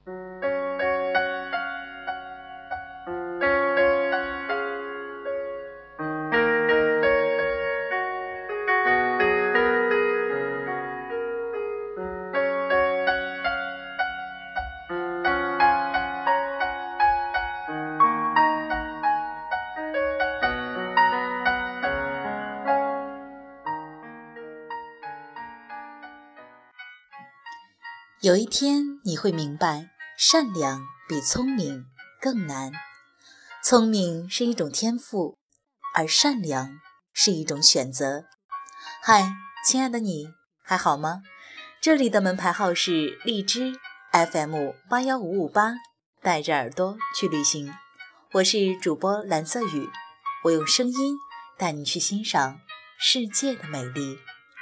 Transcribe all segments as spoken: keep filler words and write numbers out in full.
有一天你会明白，善良比聪明更难。聪明是一种天赋，而善良是一种选择。嗨，亲爱的你，还好吗？这里的门牌号是荔枝 F M 八一五五八，带着耳朵去旅行。我是主播蓝色雨，我用声音带你去欣赏世界的美丽。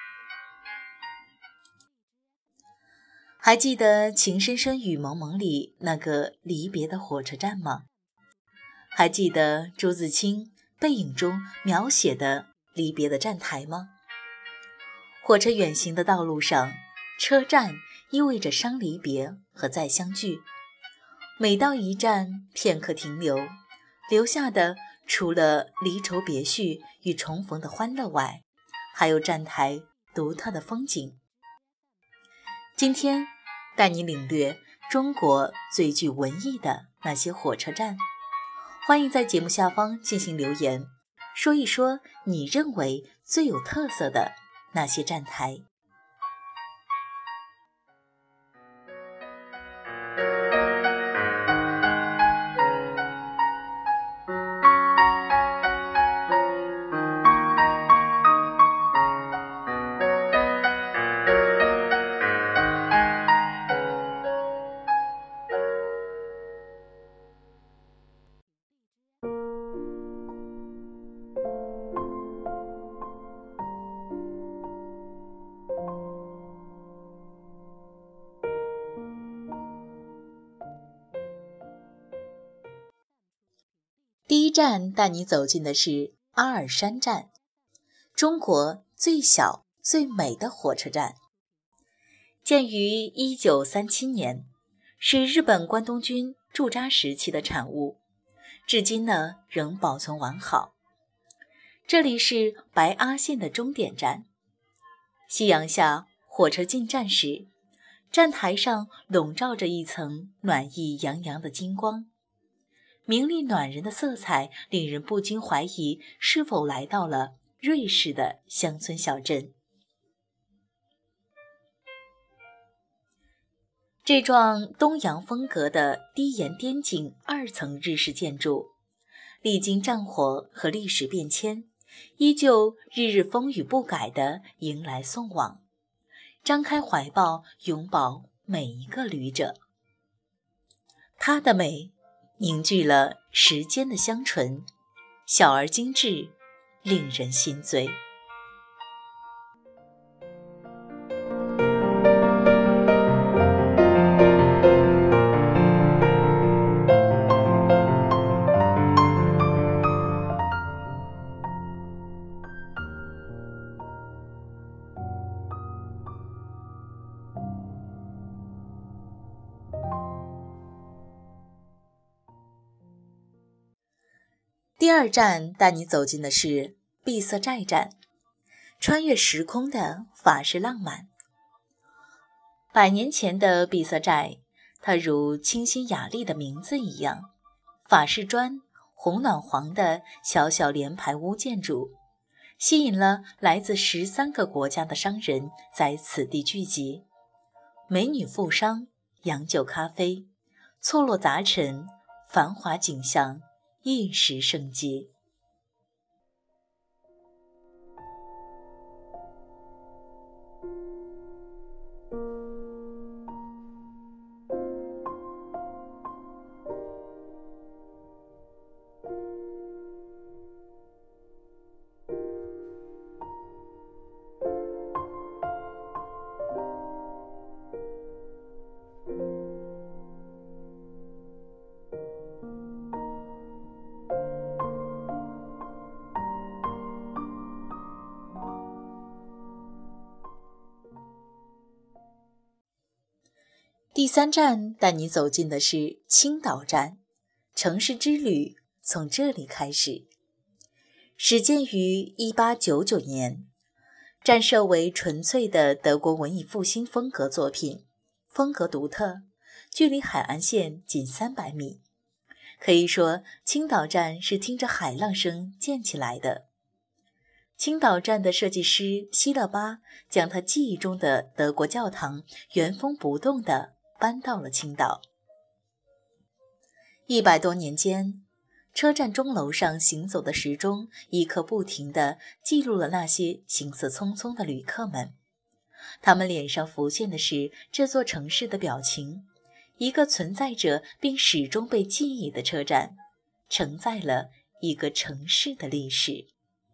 还记得《情深深雨蒙蒙》里那个离别的火车站吗？还记得朱自清《背影》中描写的离别的站台吗？火车远行的道路上，车站意味着伤离别和再相聚。每到一站片刻停留，留下的除了离愁别绪与重逢的欢乐外，还有站台独特的风景。今天带你领略中国最具文艺的那些火车站。欢迎在节目下方进行留言，说一说你认为最有特色的那些站台。第一站带你走进的是阿尔山站，中国最小最美的火车站。建于一九三七年，是日本关东军驻扎时期的产物，至今呢仍保存完好。这里是白阿线的终点站。夕阳下，火车进站时，站台上笼罩着一层暖意洋洋的金光，明丽暖人的色彩令人不禁怀疑是否来到了瑞士的乡村小镇。这幢东洋风格的低檐颠井二层日式建筑，历经战火和历史变迁，依旧日日风雨不改地迎来送往，张开怀抱拥抱每一个旅者。它的美凝聚了时间的香醇，小而精致，令人心醉。第二站带你走进的是闭塞寨站，穿越时空的法式浪漫。百年前的闭塞寨，它如清新雅丽的名字一样，法式砖、红暖黄的小小联排屋建筑，吸引了来自十三个国家的商人在此地聚集。美女富商，洋酒咖啡，错落杂陈，繁华景象一时盛极。 第三站带你走进的是青岛站，城市之旅从这里开始。始建于一八九九年，站设为纯粹的德国文艺复兴风格作品，风格独特，距离海岸线仅三百米。可以说，青岛站是听着海浪声建起来的。青岛站的设计师希勒巴将他记忆中的德国教堂原封不动地搬到了青岛。一百多年间，车站钟楼上行走的时钟一刻不停地记录了那些行色匆匆的旅客们，他们脸上浮现的是这座城市的表情。一个存在着并始终被记忆的车站，承载了一个城市的历史。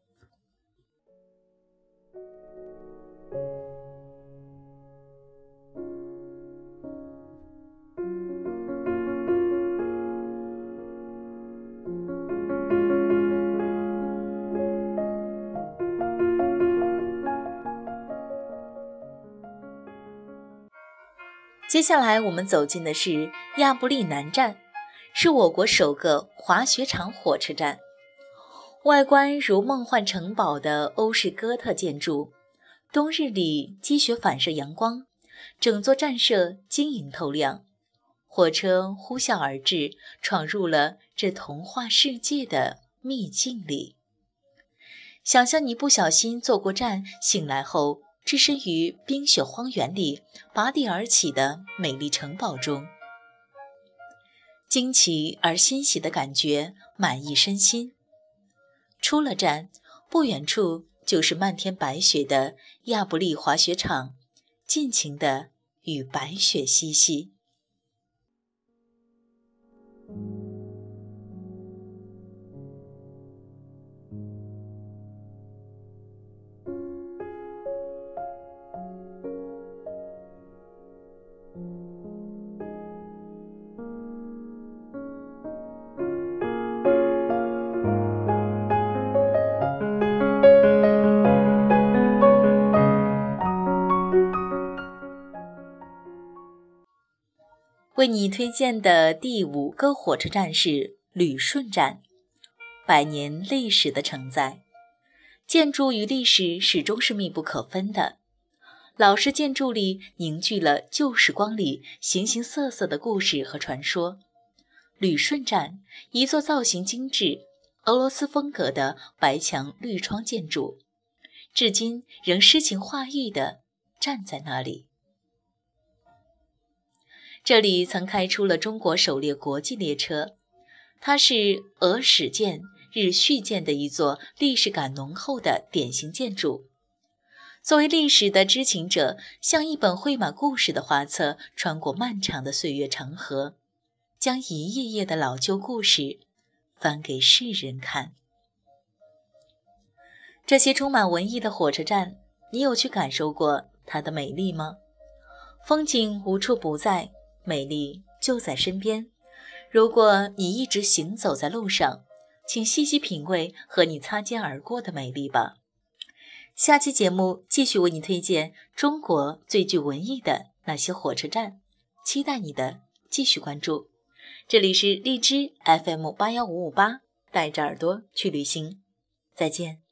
接下来我们走进的是亚布力南站，是我国首个滑雪场火车站。外观如梦幻城堡的欧式哥特建筑，冬日里积雪反射阳光，整座站舍晶莹透亮。火车呼啸而至，闯入了这童话世界的秘境里。想象你不小心坐过站，醒来后置身于冰雪荒原里拔地而起的美丽城堡中，惊奇而欣喜的感觉满溢身心。出了站，不远处就是漫天白雪的亚布力滑雪场，尽情地与白雪嬉戏。为你推荐的第五个火车站是旅顺站，百年历史的承载，建筑与历史始终是密不可分的。老式建筑里凝聚了旧时光里形形色色的故事和传说。旅顺站，一座造型精致、俄罗斯风格的白墙绿窗建筑，至今仍诗情画意地站在那里。这里曾开出了中国首列国际列车，它是俄始建、日续建的一座历史感浓厚的典型建筑。作为历史的知情者，像一本绘满故事的画册，穿过漫长的岁月长河，将一页页的老旧故事翻给世人看。这些充满文艺的火车站，你有去感受过它的美丽吗？风景无处不在，美丽就在身边。如果你一直行走在路上，请细细品味和你擦肩而过的美丽吧。下期节目继续为你推荐中国最具文艺的那些火车站，期待你的继续关注。这里是荔枝 F M 八一五五八，带着耳朵去旅行，再见。